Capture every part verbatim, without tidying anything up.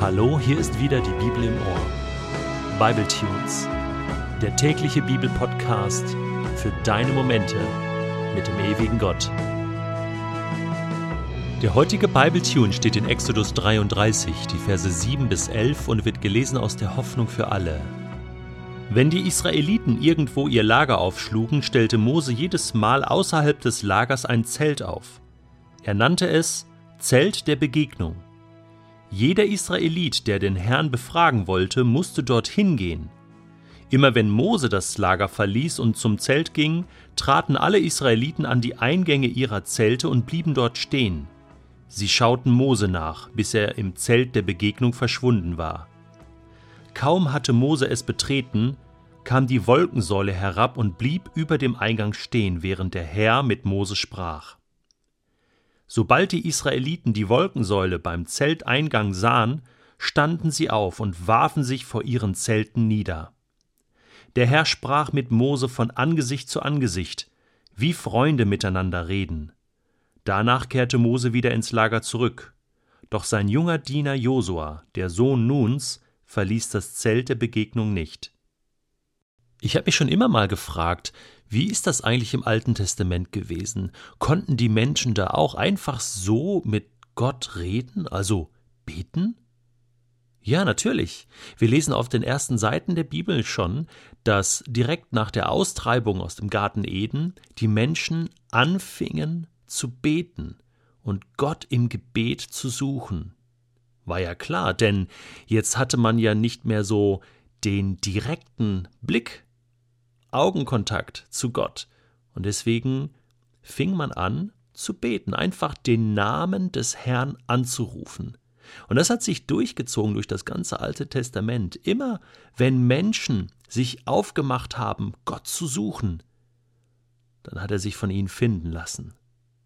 Hallo, hier ist wieder die Bibel im Ohr. Bible Tunes, der tägliche Bibelpodcast für deine Momente mit dem ewigen Gott. Der heutige Bible Tune steht in Exodus dreiunddreißig, die Verse sieben bis elf und wird gelesen aus der Hoffnung für alle. Wenn die Israeliten irgendwo ihr Lager aufschlugen, stellte Mose jedes Mal außerhalb des Lagers ein Zelt auf. Er nannte es Zelt der Begegnung. Jeder Israelit, der den Herrn befragen wollte, musste dorthin gehen. Immer wenn Mose das Lager verließ und zum Zelt ging, traten alle Israeliten an die Eingänge ihrer Zelte und blieben dort stehen. Sie schauten Mose nach, bis er im Zelt der Begegnung verschwunden war. Kaum hatte Mose es betreten, kam die Wolkensäule herab und blieb über dem Eingang stehen, während der Herr mit Mose sprach. Sobald die Israeliten die Wolkensäule beim Zelteingang sahen, standen sie auf und warfen sich vor ihren Zelten nieder. Der Herr sprach mit Mose von Angesicht zu Angesicht, wie Freunde miteinander reden. Danach kehrte Mose wieder ins Lager zurück. Doch sein junger Diener Josua, der Sohn Nuns, verließ das Zelt der Begegnung nicht. Ich habe mich schon immer mal gefragt, wie ist das eigentlich im Alten Testament gewesen? Konnten die Menschen da auch einfach so mit Gott reden, also beten? Ja, natürlich. Wir lesen auf den ersten Seiten der Bibel schon, dass direkt nach der Austreibung aus dem Garten Eden die Menschen anfingen zu beten und Gott im Gebet zu suchen. War ja klar, denn jetzt hatte man ja nicht mehr so den direkten Blick, Augenkontakt zu Gott. Und deswegen fing man an zu beten, einfach den Namen des Herrn anzurufen. Und das hat sich durchgezogen durch das ganze Alte Testament. Immer wenn Menschen sich aufgemacht haben, Gott zu suchen, dann hat er sich von ihnen finden lassen.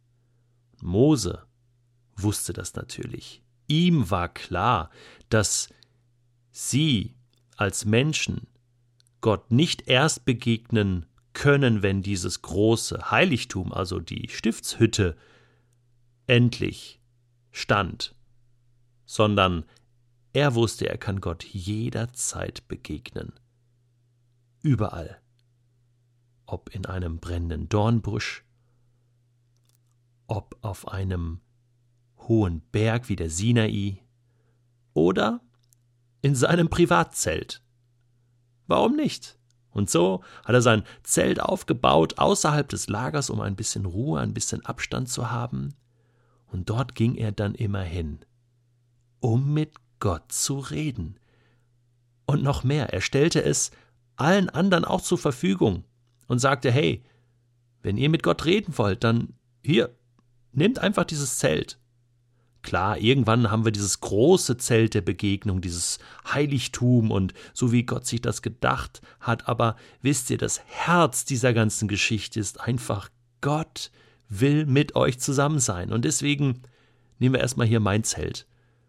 Mose wusste das natürlich. Ihm war klar, dass sie als Menschen Gott nicht erst begegnen können, wenn dieses große Heiligtum, also die Stiftshütte, endlich stand, sondern er wusste, er kann Gott jederzeit begegnen. Überall. Ob in einem brennenden Dornbusch, ob auf einem hohen Berg wie der Sinai oder in seinem Privatzelt. Warum nicht? Und so hat er sein Zelt aufgebaut, außerhalb des Lagers, um ein bisschen Ruhe, ein bisschen Abstand zu haben. Und dort ging er dann immer hin, um mit Gott zu reden. Und noch mehr, er stellte es allen anderen auch zur Verfügung und sagte, hey, wenn ihr mit Gott reden wollt, dann hier, nehmt einfach dieses Zelt. Klar, irgendwann haben wir dieses große Zelt der Begegnung, dieses Heiligtum und so wie Gott sich das gedacht hat, aber wisst ihr, das Herz dieser ganzen Geschichte ist einfach, Gott will mit euch zusammen sein und deswegen nehmen wir erstmal hier mein Zelt.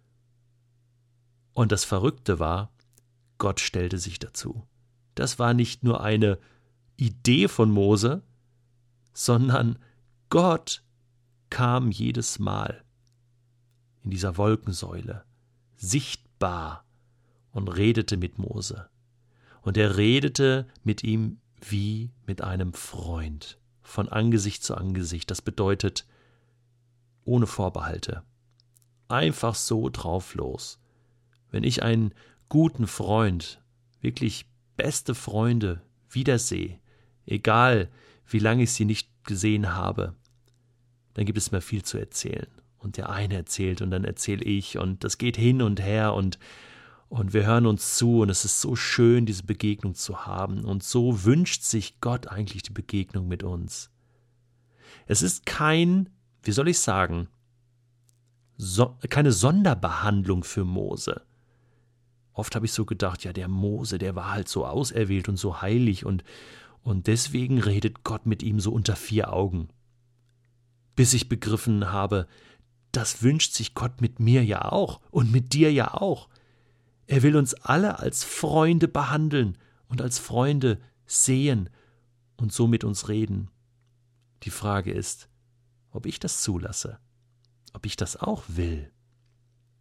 Und das Verrückte war, Gott stellte sich dazu. Das war nicht nur eine Idee von Mose, sondern Gott kam jedes Mal in dieser Wolkensäule, sichtbar, und redete mit Mose. Und er redete mit ihm wie mit einem Freund, von Angesicht zu Angesicht. Das bedeutet, ohne Vorbehalte, einfach so drauf los. Wenn ich einen guten Freund, wirklich beste Freunde wiedersehe, egal wie lange ich sie nicht gesehen habe, dann gibt es mir viel zu erzählen. Und der eine erzählt und dann erzähle ich und das geht hin und her und, und wir hören uns zu und es ist so schön, diese Begegnung zu haben und so wünscht sich Gott eigentlich die Begegnung mit uns. Es ist kein, wie soll ich sagen, so, keine Sonderbehandlung für Mose. Oft habe ich so gedacht, ja, der Mose, der war halt so auserwählt und so heilig und, und deswegen redet Gott mit ihm so unter vier Augen. Bis ich begriffen habe, das wünscht sich Gott mit mir ja auch und mit dir ja auch. Er will uns alle als Freunde behandeln und als Freunde sehen und so mit uns reden. Die Frage ist, ob ich das zulasse, ob ich das auch will.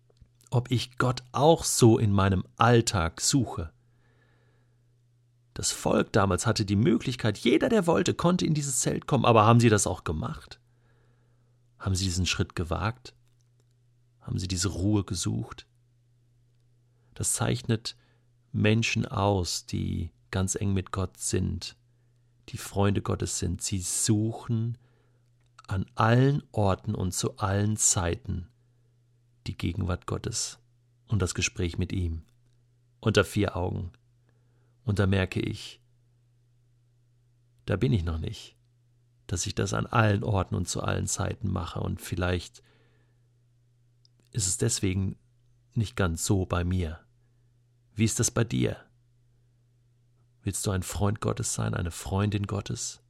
ob ich Gott auch so in meinem Alltag suche. Das Volk damals hatte die Möglichkeit, jeder, der wollte, konnte in dieses Zelt kommen, aber haben sie das auch gemacht? Haben sie diesen Schritt gewagt? Haben sie diese Ruhe gesucht? Das zeichnet Menschen aus, die ganz eng mit Gott sind, die Freunde Gottes sind. Sie suchen an allen Orten und zu allen Zeiten die Gegenwart Gottes und das Gespräch mit ihm unter vier Augen. Und da merke ich, da bin ich noch nicht, dass ich das an allen Orten und zu allen Zeiten mache. Und vielleicht ist es deswegen nicht ganz so bei mir. Wie ist das bei dir? Willst du ein Freund Gottes sein, eine Freundin Gottes?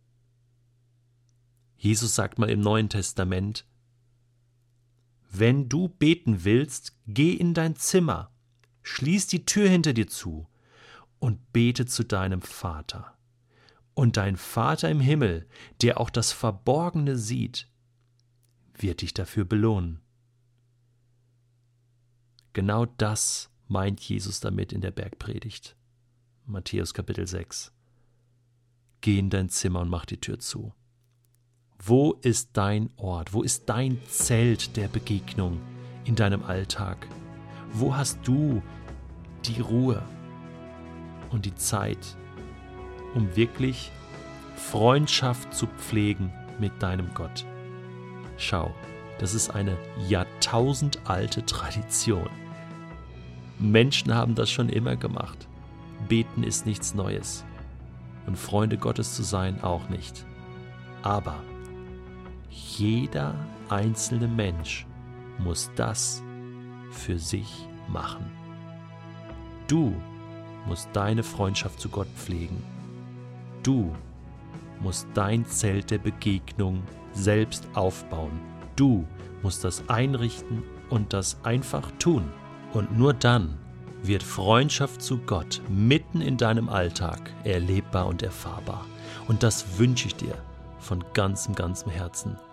Jesus sagt mal im Neuen Testament, wenn du beten willst, geh in dein Zimmer, schließ die Tür hinter dir zu und bete zu deinem Vater. Und dein Vater im Himmel, der auch das Verborgene sieht, wird dich dafür belohnen. Genau das meint Jesus damit in der Bergpredigt. Matthäus Kapitel sechs. Geh in dein Zimmer und mach die Tür zu. Wo ist dein Ort? Wo ist dein Zelt der Begegnung in deinem Alltag? Wo hast du die Ruhe und die Zeit, um wirklich Freundschaft zu pflegen mit deinem Gott? Schau, das ist eine jahrtausendalte Tradition. Menschen haben das schon immer gemacht. Beten ist nichts Neues und Freunde Gottes zu sein auch nicht. Aber jeder einzelne Mensch muss das für sich machen. Du musst deine Freundschaft zu Gott pflegen. Du musst dein Zelt der Begegnung selbst aufbauen. Du musst das einrichten und das einfach tun. Und nur dann wird Freundschaft zu Gott mitten in deinem Alltag erlebbar und erfahrbar. Und das wünsche ich dir von ganzem, ganzem Herzen.